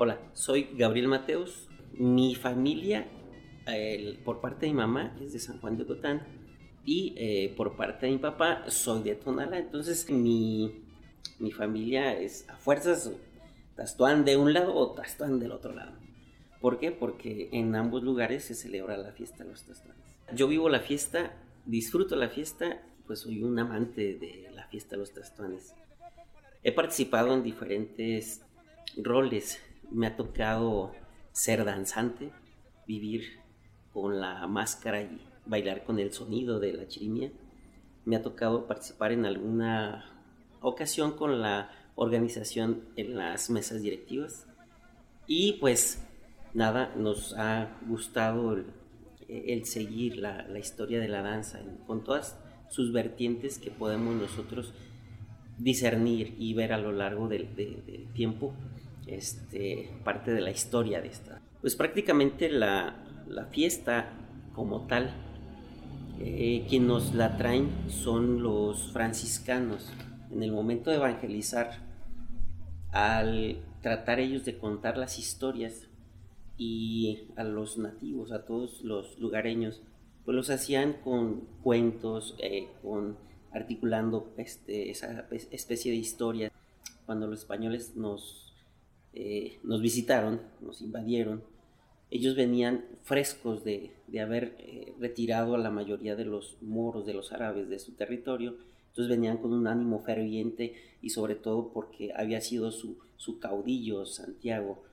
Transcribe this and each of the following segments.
Hola, soy Gabriel Mateus. Mi familia, por parte de mi mamá, es de San Juan de Cotán y por parte de mi papá soy de Tonalá. Entonces mi familia es a fuerzas Tastuán de un lado o Tastuán del otro lado. ¿Por qué? Porque en ambos lugares se celebra la fiesta de los Tastuanes. Yo vivo la fiesta, disfruto la fiesta, pues soy un amante de la fiesta de los Tastuanes. He participado en diferentes roles. Me ha tocado ser danzante, vivir con la máscara y bailar con el sonido de la chirimía. Me ha tocado participar en alguna ocasión con la organización en las mesas directivas. Y pues nada, nos ha gustado el seguir la historia de la danza con todas sus vertientes que podemos nosotros discernir y ver a lo largo del tiempo, parte de la historia de esta. Pues prácticamente la fiesta como tal, quien nos la traen son los franciscanos. En el momento de evangelizar, al tratar ellos de contar las historias y a los nativos, a todos los lugareños, pues los hacían con cuentos, con articulando esa especie de historia. Cuando los españoles nos visitaron, nos invadieron, ellos venían frescos de haber retirado a la mayoría de los moros, de los árabes de su territorio. Entonces venían con un ánimo ferviente y sobre todo porque había sido su caudillo Santiago,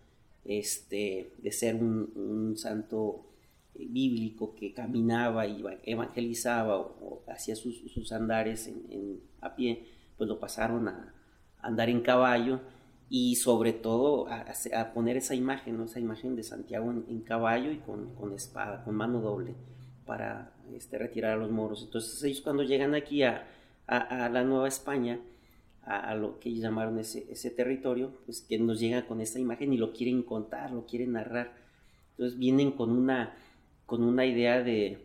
de ser un santo bíblico que caminaba y evangelizaba o hacía sus andares a pie, pues lo pasaron a andar en caballo y sobre todo a poner esa imagen, ¿no? Esa imagen de Santiago en caballo y con espada, con mano doble para retirar a los moros. Entonces ellos cuando llegan aquí a la Nueva España, a lo que ellos llamaron ese territorio, pues que nos llegan con esta imagen y lo quieren contar, lo quieren narrar. Entonces vienen con una idea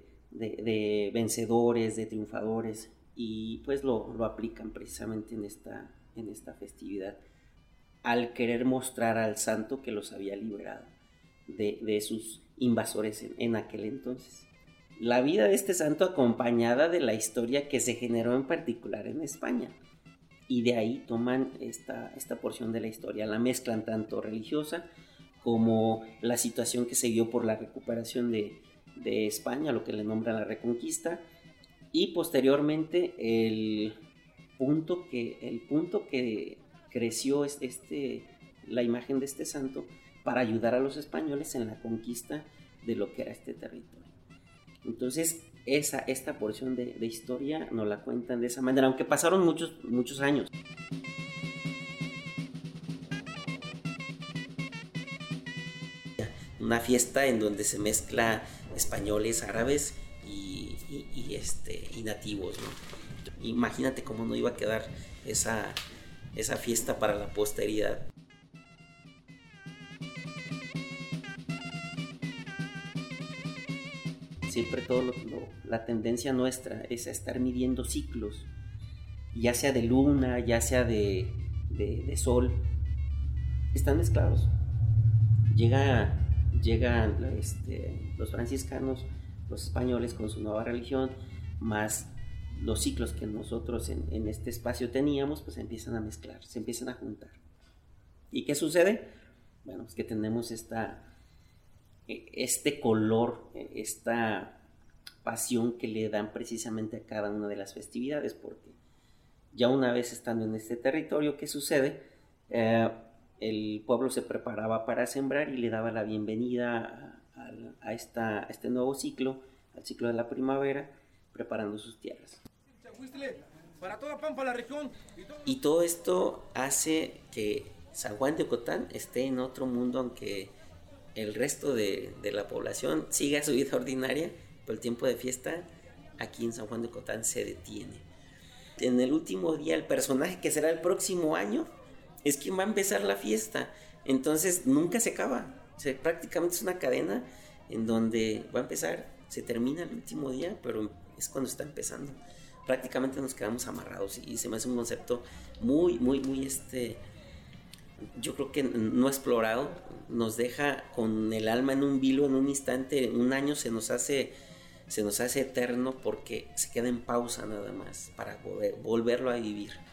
de vencedores, de triunfadores, y pues lo aplican precisamente en esta festividad, al querer mostrar al santo que los había liberado de sus invasores en aquel entonces. La vida de este santo acompañada de la historia que se generó en particular en España, y de ahí toman esta porción de la historia, la mezclan tanto religiosa como la situación que se dio por la recuperación de España, lo que le nombran la Reconquista, y posteriormente el punto que creció la imagen de este santo para ayudar a los españoles en la conquista de lo que era este territorio. Entonces esta porción de historia nos la cuentan de esa manera, aunque pasaron muchos años. Una fiesta en donde se mezcla españoles, árabes y nativos, ¿no? Imagínate cómo no iba a quedar esa fiesta para la posteridad. Siempre la tendencia nuestra es a estar midiendo ciclos, ya sea de luna, ya sea de sol, están mezclados. Llegan los franciscanos, los españoles con su nueva religión, más los ciclos que nosotros en este espacio teníamos, pues empiezan a mezclar, se empiezan a juntar. ¿Y qué sucede? Bueno, pues que tenemos este color, esta pasión que le dan precisamente a cada una de las festividades, porque ya una vez estando en este territorio, ¿qué sucede? El pueblo se preparaba para sembrar y le daba la bienvenida a este nuevo ciclo, al ciclo de la primavera, preparando sus tierras. Para toda Pampa, la región. Y todo esto hace que San Juan de Cotán esté en otro mundo, aunque el resto de la población siga su vida ordinaria, pero el tiempo de fiesta aquí en San Juan de Cotán se detiene. En el último día, el personaje que será el próximo año es quien va a empezar la fiesta. Entonces nunca se acaba. Prácticamente es una cadena en donde va a empezar, se termina el último día, pero es cuando está empezando. Prácticamente nos quedamos amarrados y se me hace un concepto muy yo creo que no explorado, nos deja con el alma en un vilo en un instante. Un año se nos hace eterno porque se queda en pausa nada más para volverlo a vivir.